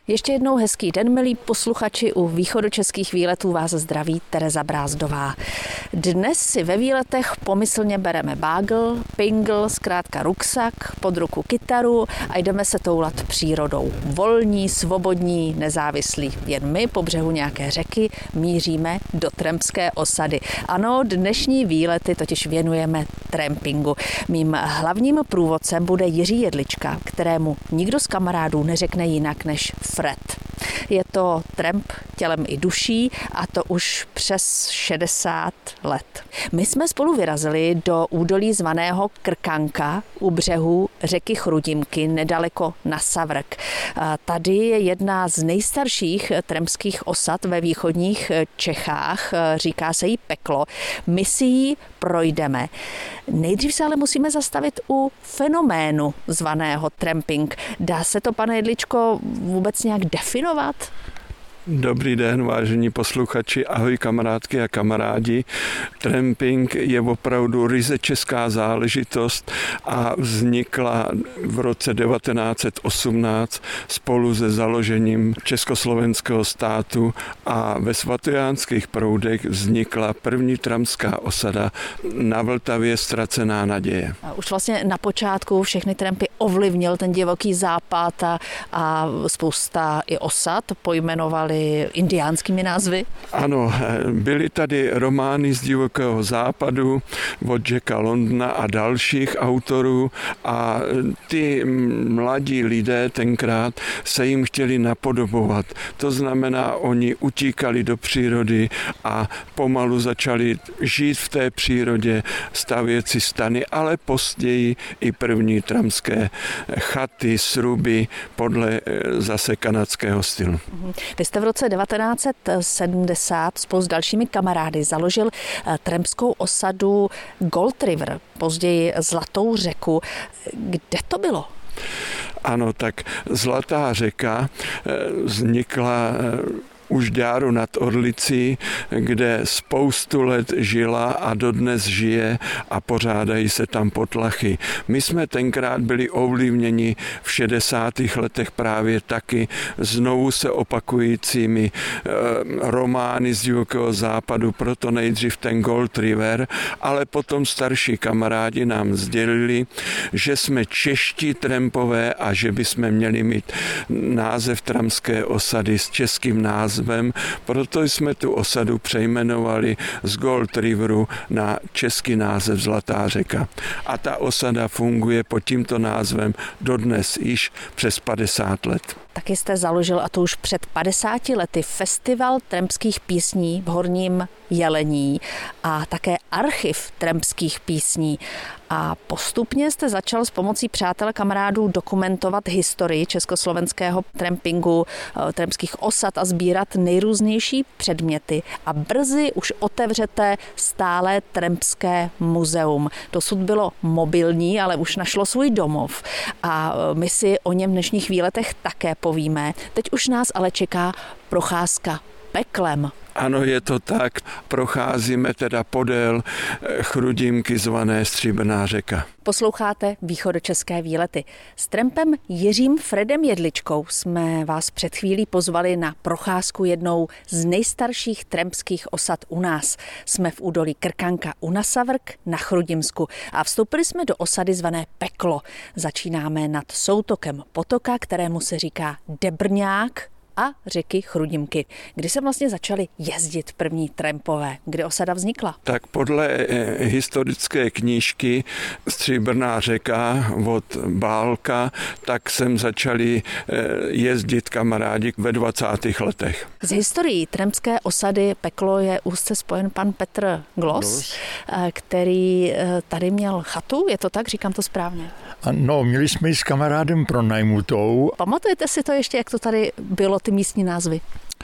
Ještě jednou hezký den, milí posluchači, u východočeských výletů vás zdraví Tereza Brázdová. Dnes si ve výletech pomyslně bereme bágl, pingl, zkrátka ruksak, pod ruku kytaru a jdeme se toulat přírodou. Volní, svobodní, nezávislí. Jen my po břehu nějaké řeky míříme do trampské osady. Ano, dnešní výlety totiž věnujeme trampingu. Mým hlavním průvodcem bude Jiří Jedlička, kterému nikdo z kamarádů neřekne jinak než Fred. Je to tramp tělem i duší a to už přes 60 let. My jsme spolu vyrazili do údolí zvaného Krkanka u břehu řeky Chrudimky nedaleko Nasavrk. Tady je jedna z nejstarších trampských osad ve východních Čechách, říká se jí Peklo. My si ji projdeme. Nejdřív se ale musíme zastavit u fenoménu zvaného tramping. Dá se to, pane Jedličko, vůbec nějak definovat? Dobrý den, vážení posluchači, ahoj kamarádky a kamarádi. Tramping je opravdu ryze česká záležitost a vznikla v roce 1918 spolu se založením Československého státu a ve Svatojánských proudech vznikla první trampská osada na Vltavě Ztracená naděje. Už vlastně na počátku všechny trampy ovlivnil ten divoký západ a spousta i osad pojmenovali indiánskými názvy? Ano, byly tady romány z divokého západu od Jacka Londona a dalších autorů a ty mladí lidé tenkrát se jim chtěli napodobovat. To znamená, oni utíkali do přírody a pomalu začali žít v té přírodě, stavět si stany, ale později i první trampské chaty, sruby podle zase kanadského stylu. Vy jste v roce 1970 spolu s dalšími kamarády založil trampskou osadu Gold River, později Zlatou řeku. Kde to bylo? Ano, tak Zlatá řeka vznikla u Žďáru nad Orlicí, kde spoustu let žila a dodnes žije a pořádají se tam potlachy. My jsme tenkrát byli ovlivněni v 60. letech právě taky znovu se opakujícími romány z divokého západu, proto nejdřív ten Gold River, ale potom starší kamarádi nám sdělili, že jsme čeští trampové a že bychom měli mít název trampské osady s českým názvem. Proto jsme tu osadu přejmenovali z Gold Riveru na český název Zlatá řeka. A ta osada funguje pod tímto názvem dodnes již přes 50 let. Taky jste založil, a to už před 50 lety, festival trampských písní v Horním Jelení a také archiv trampských písní. A postupně jste začal s pomocí přátel kamarádů dokumentovat historii československého trampingu, trampských osad a sbírat nejrůznější předměty. A brzy už otevřete stálé trampské muzeum. Dosud bylo mobilní, ale už našlo svůj domov. A my si o něm v dnešních výletech také povíme. Teď už nás ale čeká procházka Peklem. Ano, je to tak. Procházíme teda podél Chrudimky zvané Stříbrná řeka. Posloucháte východočeské výlety. S trampem Jiřím Fredem Jedličkou jsme vás před chvílí pozvali na procházku jednou z nejstarších trampských osad u nás. Jsme v údolí Krkanka u Nasavrk na Chrudimsku a vstoupili jsme do osady zvané Peklo. Začínáme nad soutokem potoka, kterému se říká Debrňák, a řeky Chrudimky. Kdy se vlastně začali jezdit první trampové? Kdy osada vznikla? Tak podle historické knížky Stříbrná řeka od Bálka, tak sem začali jezdit kamarádi ve 20. letech. Z historií trampské osady Peklo je úzce spojen pan Petr Glos, který tady měl chatu, je to tak? Říkám to správně? No, měli jsme ji s kamarádem pronajmutou. Pamatujete si to ještě, jak to tady bylo, ty místní názvy?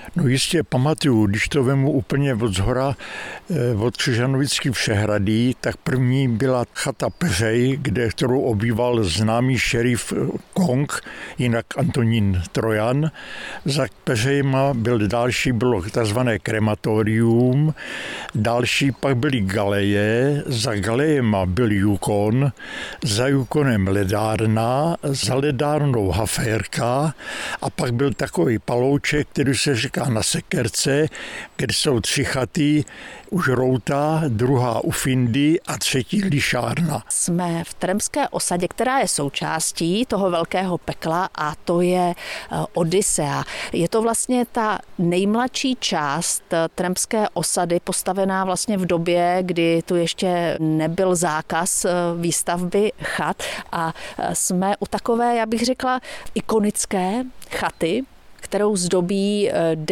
No jistě pamatuju, když to vemu úplně od zhora, od Křižanovických Všehradí, tak první byla chata Peřej, kterou obýval známý šerif Kong, jinak Antonín Trojan. Za Peřejma bylo takzvané krematorium, další pak byly galeje, za galejema byl Yukon, za Yukonem ledárna, za ledárnou haférka a pak byl takový palouček, který se říká na Sekerce, kde jsou 3 chaty u Žrouta, druhá u Findy a 3. Lišárna. Jsme v Tremské osadě, která je součástí toho velkého pekla a to je Odyssea. Je to vlastně ta nejmladší část Tremské osady, postavená vlastně v době, kdy tu ještě nebyl zákaz výstavby chat a jsme u takové, já bych řekla, ikonické chaty, kterou zdobí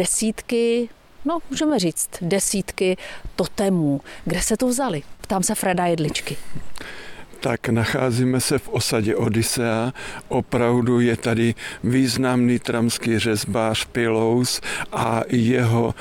můžeme říct desítky totemů. Kde se to vzali? Ptám se Freda Jedličky. Tak nacházíme se v osadě Odyssea. Opravdu je tady významný tramský řezbář Pilous a jeho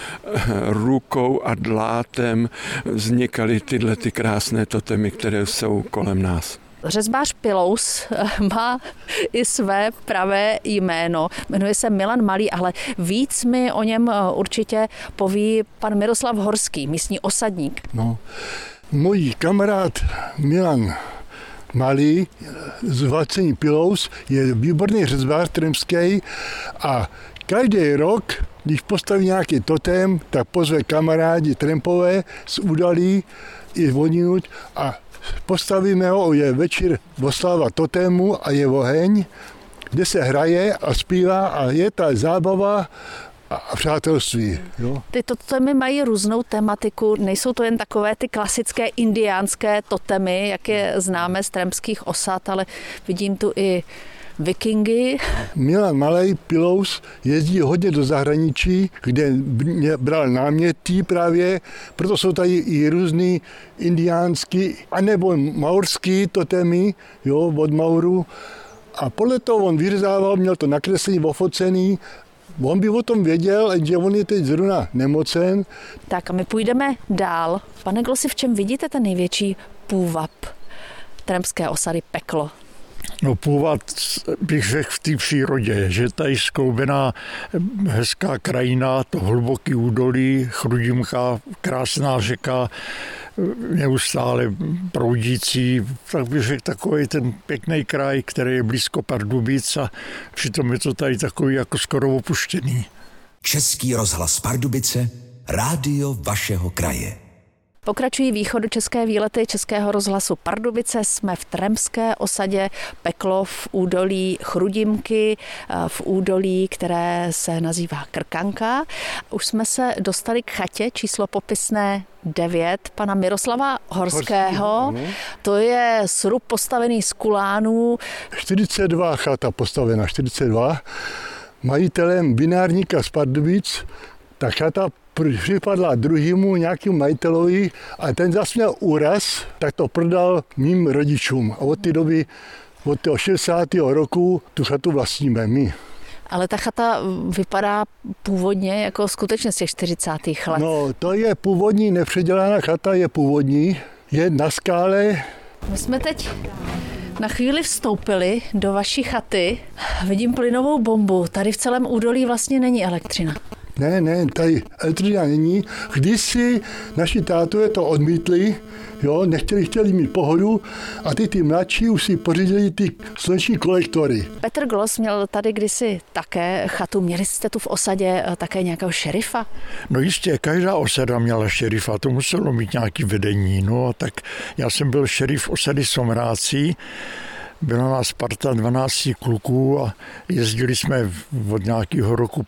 rukou a dlátem vznikaly tyhle ty krásné totemy, které jsou kolem nás. Řezbář Pilous má i své pravé jméno. Jmenuje se Milan Malý, ale víc mi o něm určitě poví pan Miroslav Horský, místní osadník. No, můj kamarád Milan Malý, zvacený Pilous, je výborný řezbář tremský a každý rok, když postaví nějaký totem, tak pozve kamarádi Trempové z Údalí i odinut a postavíme ho, je večer oslava totému a je oheň, kde se hraje a zpívá a je ta zábava a přátelství. Jo. Ty totemy mají různou tematiku, nejsou to jen takové ty klasické indiánské totemy, jak je známe z tremských osad, ale vidím tu i vikingy. Milan Malej, Pilous, jezdí hodně do zahraničí, kde bral náměty právě, proto jsou tady i různý indiánský, anebo maurský totemy, jo, od Mauru. A podle toho on vyřezával, měl to nakreslený, ofocený. On by o tom věděl, že on je teď zrovna nemocen. Tak a my půjdeme dál. Pane Glosi, v čem vidíte ten největší půvab tremské osady Peklo? No původ bych řekl v té přírodě, že tady skloubená hezká krajina, to hluboký údolí, Chrudimka, krásná řeka, neustále proudící, tak bych řekl takový ten pěkný kraj, který je blízko Pardubic a přitom je to tady takový jako skoro opuštěný. Český rozhlas Pardubice, rádio vašeho kraje. Pokračují východočeské výlety Českého rozhlasu Pardubice. Jsme v tremské osadě Peklo v údolí Chrudimky, v údolí, které se nazývá Krkanka. Už jsme se dostali k chatě číslo popisné 9 pana Miroslava Horského. To je srub postavený z kulánů. 42 chata postavena, 42. Majitelem binárníka z Pardubic. Ta chata připadla druhému nějakému majitelovi a ten zase měl úraz, tak to prodal mým rodičům. A od té doby, od toho 60. roku, tu chatu vlastníme my. Ale ta chata vypadá původně jako skutečně z těch 40. let. No, to je původní, nepředělaná chata je původní, je na skále. My jsme teď na chvíli vstoupili do vaší chaty. Vidím plynovou bombu. Tady v celém údolí vlastně není elektřina. Ne, tady elektřina není. Kdysi naši tátové to odmítli, jo, chtěli mít pohodu a ty mladší už si pořídili ty sluneční kolektory. Petr Glos měl tady kdysi také chatu. Měli jste tu v osadě také nějakého šerifa? No jistě, každá osada měla šerifa, to muselo mít nějaký vedení. No tak já jsem byl šerif osady Somrácí. Byla nás parta 12 kluků a jezdili jsme od nějakého roku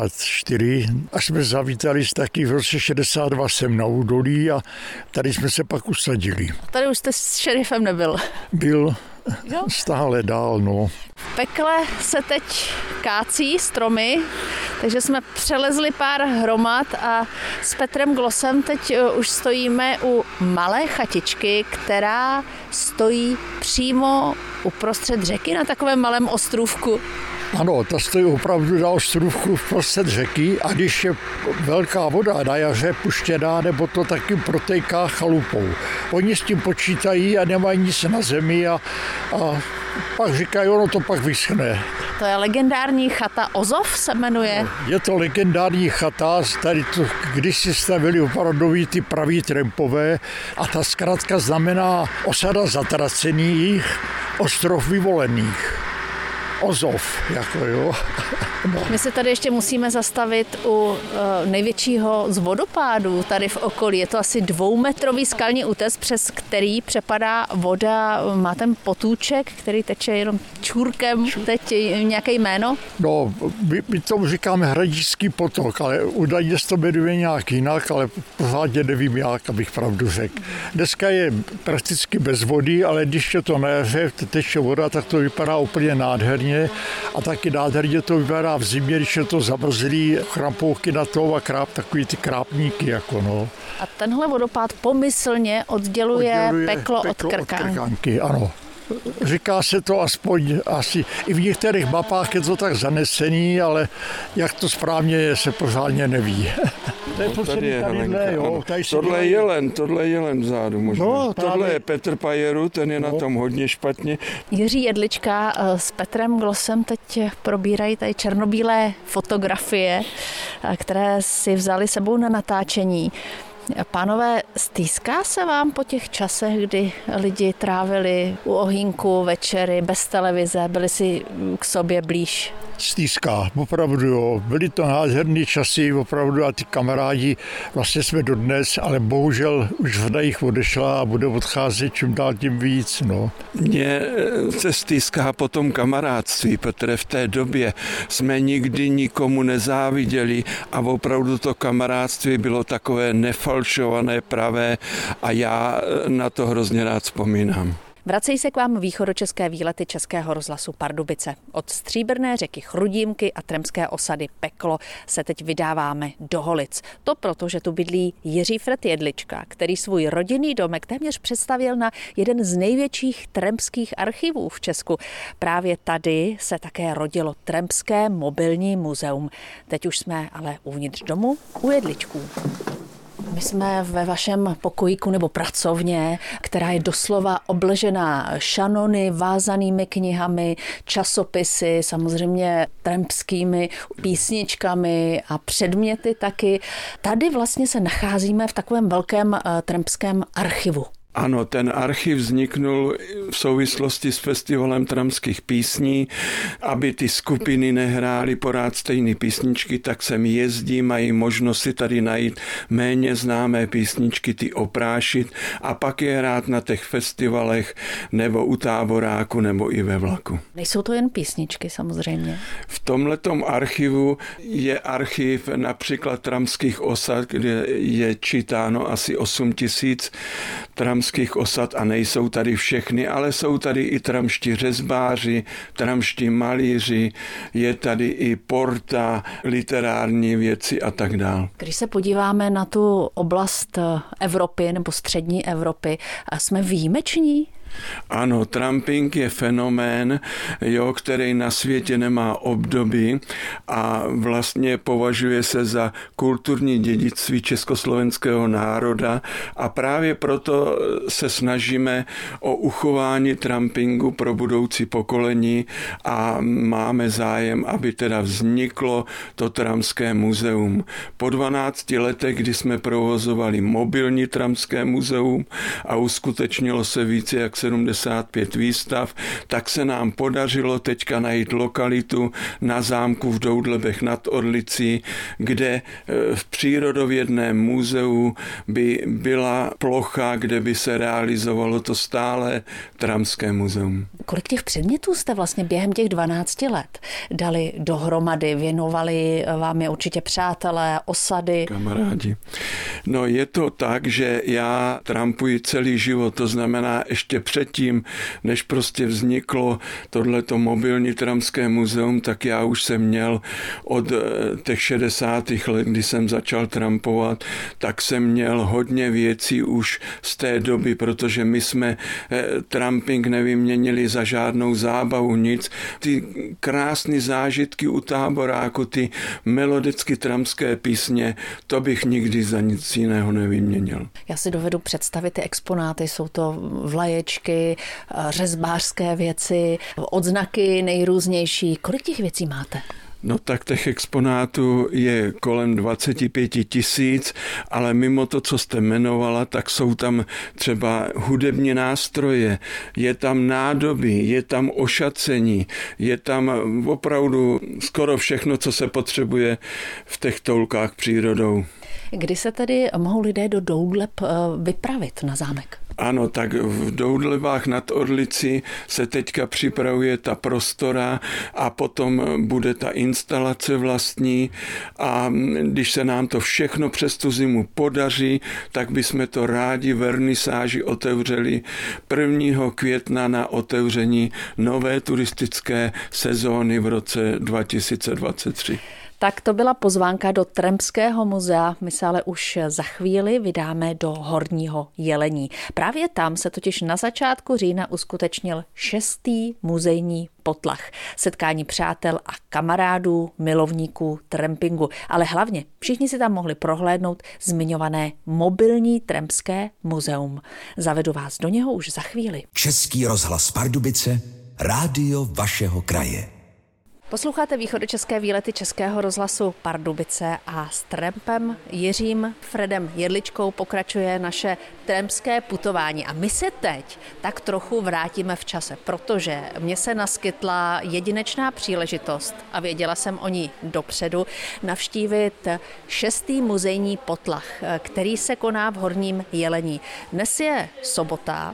54 a jsme zavítali taky v roce 62 sem na údolí a tady jsme se pak usadili. Tady už jste s šerifem nebyl? Byl stále dál, no. V Pekle se teď kácí stromy, takže jsme přelezli pár hromad a s Petrem Glosem teď už stojíme u malé chatičky, která stojí přímo uprostřed řeky na takovém malém ostrůvku. Ano, ta stojí opravdu na ostrůvku v prostřed řeky a když je velká voda na jaře puštěná, nebo to taky protéká chalupou. Oni s tím počítají a nemají nic na zemi a pak říkají, ono to pak vyschne. To je legendární chata Ozov se jmenuje? Je to legendární chata, tady to, když si stavili opravdu ty praví trampové a ta zkrátka znamená osada zatracených, ostrov vyvolených. Ozov, jako jo. No. My se tady ještě musíme zastavit u největšího z vodopádů tady v okolí. Je to asi 2metrový skalní útes, přes který přepadá voda. Má ten potůček, který teče jenom čůrkem. Teď nějaké jméno? No, my tomu říkáme Hradišský potok, ale údajně se to jmenuje nějak jinak, ale pořádně nevím jak, abych pravdu řekl. Dneska je prakticky bez vody, ale když je to na jaře, teče voda, tak to vypadá úplně nádherně. A taky nádherně to vypadá v zimě, když je to zamrzlý, chrampouky na to a takový ty krápníky. Jako no. A tenhle vodopád pomyslně odděluje peklo od krkánky. Ano. Říká se to aspoň asi, i v některých mapách je to tak zanesený, ale jak to správně je, se pořádně neví. Tady je Helenka, jo, tohle je jelen vzadu možná. No, tohle je Petr Pajeru, ten je na tom hodně špatně. Jiří Jedlička s Petrem Glosem teď probírají tady černobílé fotografie, které si vzali sebou na natáčení. Pánové, stýská se vám po těch časech, kdy lidi trávili u ohýnku večery bez televize, byli si k sobě blíž? Stýská, opravdu jo. Byly to nádherné časy, opravdu a ty kamarádi vlastně jsme dodnes, ale bohužel už voda jich odešla a bude odcházet čím dál tím víc. No. Mně se stýská po tom kamarádství, protože v té době jsme nikdy nikomu nezáviděli a opravdu to kamarádství bylo takové nefalšované, pravé a já na to hrozně rád vzpomínám. Vracejí se k vám východočeské výlety Českého rozhlasu Pardubice. Od Stříbrné řeky Chrudímky a tremské osady Peklo se teď vydáváme do Holic. To proto, že tu bydlí Jiří Fred Jedlička, který svůj rodinný domek téměř představil na jeden z největších tremských archivů v Česku. Právě tady se také rodilo Tremské mobilní muzeum. Teď už jsme ale uvnitř domu u Jedličků. My jsme ve vašem pokojíku nebo pracovně, která je doslova obležená šanony, vázanými knihami, časopisy, samozřejmě trempskými písničkami a předměty taky. Tady vlastně se nacházíme v takovém velkém trempském archivu. Ano, ten archiv vzniknul v souvislosti s festivalem tremských písní. Aby ty skupiny nehrály pořád stejné písničky, tak sem jezdí, mají možnost si tady najít méně známé písničky, ty oprášit a pak je hrát na těch festivalech nebo u táboráku nebo i ve vlaku. Nejsou to jen písničky samozřejmě. V tomhletom archivu je archiv například tramských osad, kde je čítáno asi 8 000 tramských osad a nejsou tady všechny, ale jsou tady i tramští řezbáři, tramští malíři, je tady i porta, literární věci a tak dále. Když se podíváme na tu oblast Evropy nebo střední Evropy, jsme výjimeční? Ano, tramping je fenomén, který na světě nemá obdoby a vlastně považuje se za kulturní dědictví československého národa a právě proto se snažíme o uchování trampingu pro budoucí pokolení a máme zájem, aby teda vzniklo to tramské muzeum. Po 12 letech, kdy jsme provozovali mobilní tramské muzeum a uskutečnilo se více jak 75 výstav, tak se nám podařilo teďka najít lokalitu na zámku v Doudlebech nad Orlicí, kde v přírodovědném muzeu by byla plocha, kde by se realizovalo to stále tramské muzeum. Kolik těch předmětů jste vlastně během těch 12 let dali dohromady? Věnovali vám je určitě přátelé, osady? Kamarádi. No je to tak, že já trampuji celý život, to znamená ještě předtím, než prostě vzniklo tohleto mobilní tramské muzeum, tak já už jsem měl od těch 60. let, kdy jsem začal trampovat, tak jsem měl hodně věcí už z té doby, protože my jsme tramping nevyměnili za žádnou zábavu, nic. Ty krásné zážitky u táboráku, ty melodicky tramské písně, to bych nikdy za nic jiného nevyměnil. Já si dovedu představit ty exponáty, jsou to vlaječky, řezbářské věci, odznaky nejrůznější. Kolik těch věcí máte? No tak těch exponátů je kolem 25 000, ale mimo to, co jste jmenovala, tak jsou tam třeba hudební nástroje, je tam nádoby, je tam ošacení, je tam opravdu skoro všechno, co se potřebuje v těch toulkách přírodou. Kdy se tedy mohou lidé do Doudleb vypravit na zámek? Ano, tak v Doudlebách nad Orlicí se teďka připravuje ta prostora a potom bude ta instalace vlastní a když se nám to všechno přes tu zimu podaří, tak bychom to rádi vernisáži otevřeli 1. května na otevření nové turistické sezóny v roce 2023. Tak to byla pozvánka do Trampského muzea. My se ale už za chvíli vydáme do Horního Jelení. Právě tam se totiž na začátku října uskutečnil 6. muzejní potlach. Setkání přátel a kamarádů, milovníků trampingu. Ale hlavně všichni si tam mohli prohlédnout zmiňované mobilní Trampské muzeum. Zavedu vás do něho už za chvíli. Český rozhlas Pardubice, rádio vašeho kraje. Posloucháte východočeské výlety Českého rozhlasu Pardubice a s trampem Jiřím Fredem Jedličkou pokračuje naše trampské putování. A my se teď tak trochu vrátíme v čase, protože mně se naskytla jedinečná příležitost a věděla jsem o ní dopředu, navštívit 6. muzejní potlach, který se koná v Horním Jelení. Dnes je sobota,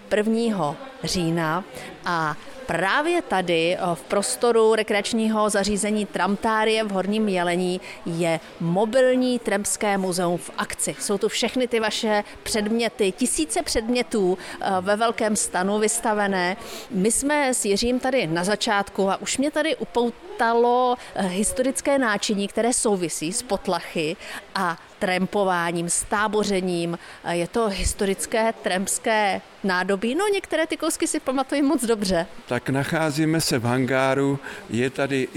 1. října a právě tady v prostoru rekreačního zařízení Tramtárie v Horním Jelení je mobilní trampské muzeum v akci. Jsou tu všechny ty vaše předměty, tisíce předmětů ve velkém stanu vystavené. My jsme s Jiřím tady na začátku a už mě tady upoutalo historické náčiní, které souvisí s potlachy a trampováním, s tábořením. Je to historické trampské nádobí. No, některé ty kousky si pamatuji moc dobře. Tak nacházíme se v hangáru, je tady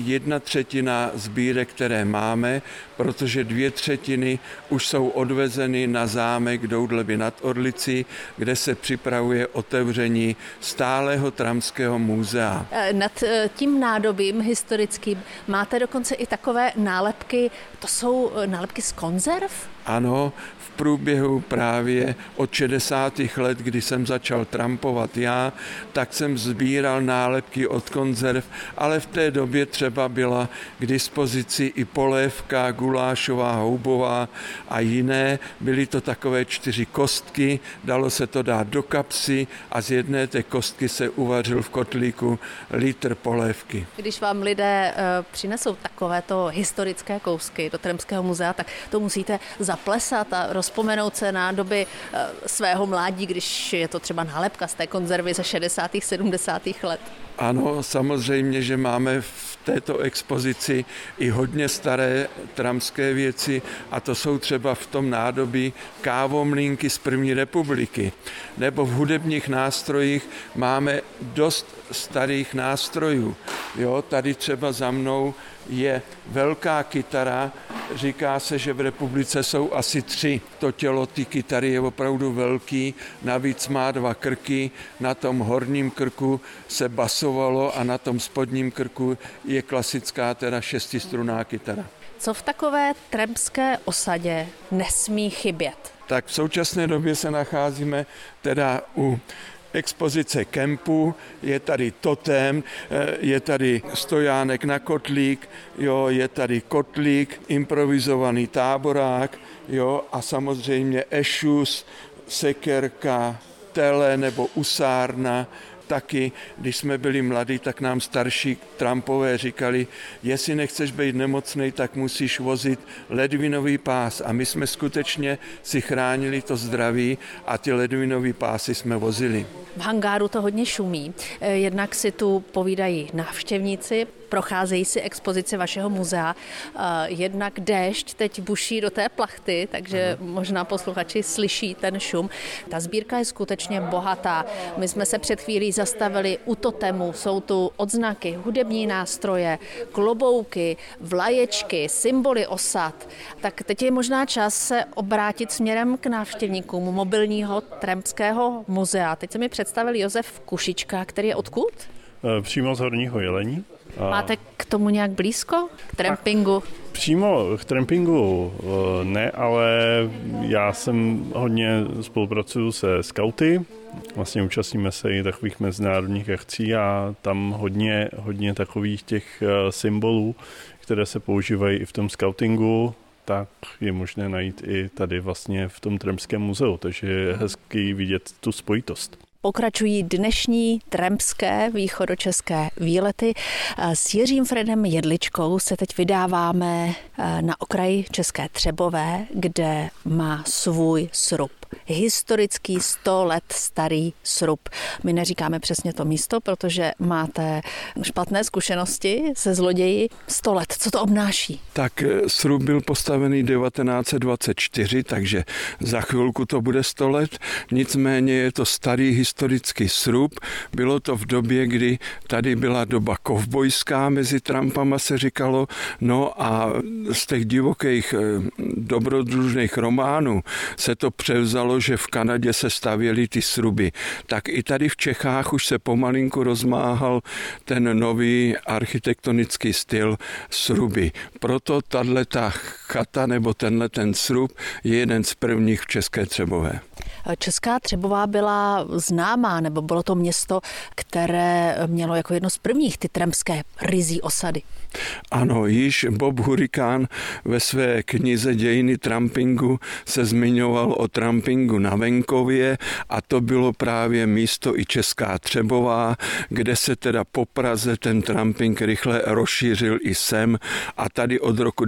1/3 sbírek, které máme, protože 2/3 už jsou odvezeny na zámek Doudleby nad Orlicí, kde se připravuje otevření stálého trampského muzea. Nad tím nádobím historickým máte dokonce i takové nálepky, to jsou nálepky z konzerv? Ano, v průběhu právě od 60. let, kdy jsem začal trampovat já, tak jsem sbíral nálepky od konzerv, ale v té době třeba byla k dispozici i polévka, gulášová, houbová a jiné. Byly to takové 4 kostky, dalo se to dát do kapsy a z jedné té kostky se uvařil v kotlíku litr polévky. Když vám lidé přinesou takovéto historické kousky do Trampského muzea, tak to musíte zaplesat a rozpomenout se na doby svého mládí, když je to třeba nálepka z té konzervy ze 60. 70. let. Ano, samozřejmě, že máme v této expozici i hodně staré trampské věci a to jsou třeba v tom nádobí kávomlýnky z první republiky. Nebo v hudebních nástrojích máme dost starých nástrojů. Jo, tady třeba za mnou je velká kytara, říká se, že v republice jsou asi 3. To tělo ty kytary je opravdu velký, navíc má 2 krky, na tom horním krku se basovalo a na tom spodním krku je klasická teda 6strunná kytara. Co v takové trampské osadě nesmí chybět? Tak v současné době se nacházíme teda u expozice kempu, je tady totém, je tady stojánek na kotlík, jo, je tady kotlík, improvizovaný táborák, jo, a samozřejmě ešus, sekerka, tele nebo usárna, taky, když jsme byli mladí, tak nám starší trampové říkali, jestli nechceš být nemocnej, tak musíš vozit ledvinový pás. A my jsme skutečně si chránili to zdraví a ty ledvinový pásy jsme vozili. V hangáru to hodně šumí. Jednak si tu povídají návštěvníci, procházejí si expozici vašeho muzea. Jednak déšť teď buší do té plachty, takže možná posluchači slyší ten šum. Ta sbírka je skutečně bohatá. My jsme se před chvílí zastavili u totemu. Jsou tu odznaky, hudební nástroje, klobouky, vlaječky, symboly osad. Tak teď je možná čas se obrátit směrem k návštěvníkům mobilního Trampského muzea. Teď se mi představil Josef Kušička, který je odkud? Přímo z Horního Jelení. Máte k tomu nějak blízko? K trampingu? Přímo k trampingu ne, ale já jsem hodně spolupracuju se skauty. Vlastně účastníme se i takových mezinárodních akcí a tam hodně takových těch symbolů, které se používají i v tom skautingu, tak je možné najít i tady vlastně v tom Trampském muzeu, takže je hezký vidět tu spojitost. Pokračují dnešní trampské východočeské výlety. S Jiřím Fredem Jedličkou se teď vydáváme na okraji České Třebové, kde má svůj srub. Historický 100 let starý srub. My neříkáme přesně to místo, protože máte špatné zkušenosti se zloději. 100 let, co to obnáší? Tak srub byl postavený 1924, takže za chvilku to bude 100 let. Nicméně je to starý historický srub. Bylo to v době, kdy tady byla doba kovbojská, mezi trampama se říkalo, no a z těch divokých dobrodružných románů se to převzalo, že v Kanadě se stavěly ty sruby. Tak i tady v Čechách už se pomalinku rozmáhal ten nový architektonický styl sruby. Proto tato chata nebo ten srub je jeden z prvních v České Třebové. Česká Třebová byla známá, nebo bylo to město, které mělo jako jedno z prvních ty trampské ryzí osady. Ano, již Bob Hurikán ve své knize Dějiny trampingu se zmiňoval o trampingu na venkově a to bylo právě místo i Česká Třebová, kde se teda po Praze ten tramping rychle rozšířil i sem a tady od roku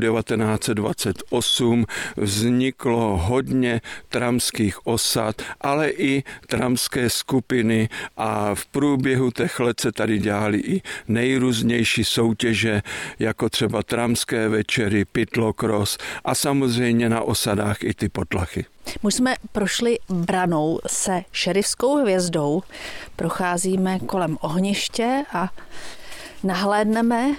1928 vzniklo hodně trampských osad, ale i trampské skupiny a v průběhu těch let se tady dělaly i nejrůznější soutěže, jako třeba trampské večery, pytlokros a samozřejmě na osadách i ty potlachy. Už jsme prošli branou se šerifskou hvězdou, procházíme kolem ohniště a nahlédneme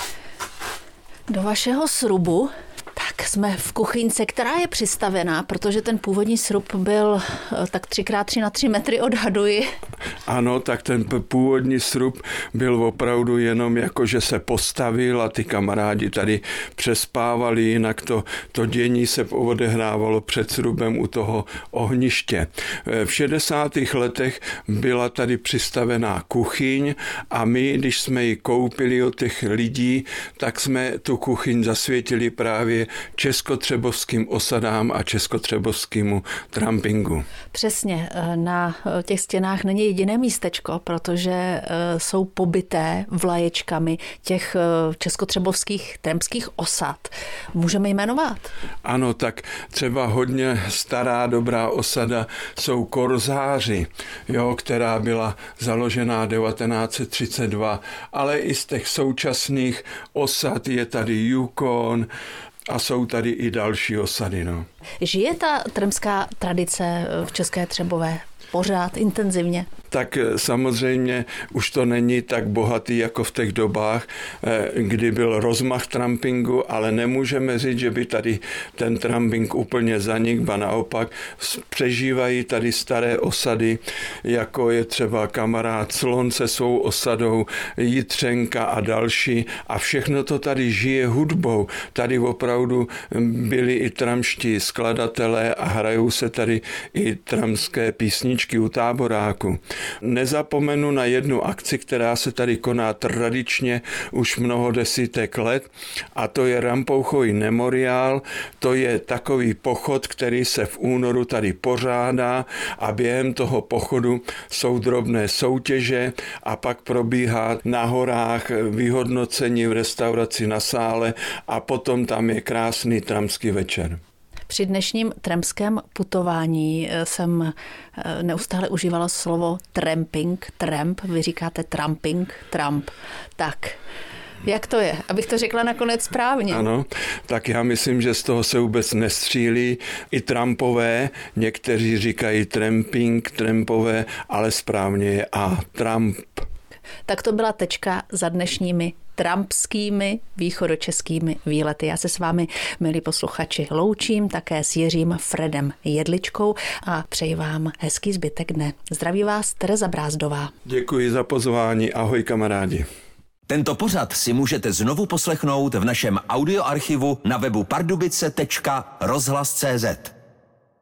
do vašeho srubu. Tak jsme v kuchyňce, která je přistavená, protože ten původní srub byl tak 3x3 na 3 metry, odhaduji. Ano, tak ten původní srub byl opravdu jenom jako, že se postavil a ty kamarádi tady přespávali, jinak to dění se odehrávalo před srubem u toho ohniště. V 60. letech byla tady přistavená kuchyň a my, když jsme ji koupili od těch lidí, tak jsme tu kuchyň zasvětili právě českotřebovským osadám a českotřebovskému trampingu. Přesně, na těch stěnách není jediné místečko, protože jsou pobyté vlaječkami těch českotřebovských trampských osad. Můžeme jmenovat? Ano, tak třeba hodně stará dobrá osada jsou Korzáři, která byla založená 1932, ale i z těch současných osad je tady Yukon, a jsou tady i další osady. No. Žije ta trampská tradice v České Třebové pořád intenzivně? Tak samozřejmě už to není tak bohatý jako v těch dobách, kdy byl rozmach trampingu, ale nemůžeme říct, že by tady ten tramping úplně zanikl, ba naopak přežívají tady staré osady, jako je třeba kamarád Slon se svou osadou, Jitřenka a další a všechno to tady žije hudbou. Tady opravdu byli i trampští skladatelé a hrajou se tady i trampské písničky u táboráku. Nezapomenu na jednu akci, která se tady koná tradičně už mnoho desítek let, a to je Rampouchový memoriál. To je takový pochod, který se v únoru tady pořádá a během toho pochodu jsou drobné soutěže a pak probíhá na horách vyhodnocení v restauraci na Sále a potom tam je krásný trampský večer. Při dnešním trampském putování jsem neustále užívala slovo tramping, tramp, vy říkáte tramping, tramp. Tak, jak to je? Abych to řekla nakonec správně. Ano, tak já myslím, že z toho se vůbec nestřílí. I trampové, někteří říkají tramping, trampové, ale správně je A, tramp. Tak to byla tečka za dnešními trampskými východočeskými výlety. Já se s vámi, milí posluchači, loučím také s Jiřím Fredem Jedličkou a přeji vám hezký zbytek dne. Zdraví vás Tereza Brázdová. Děkuji za pozvání, ahoj kamarádi. Tento pořad si můžete znovu poslechnout v našem audioarchivu na webu pardubice.rozhlas.cz.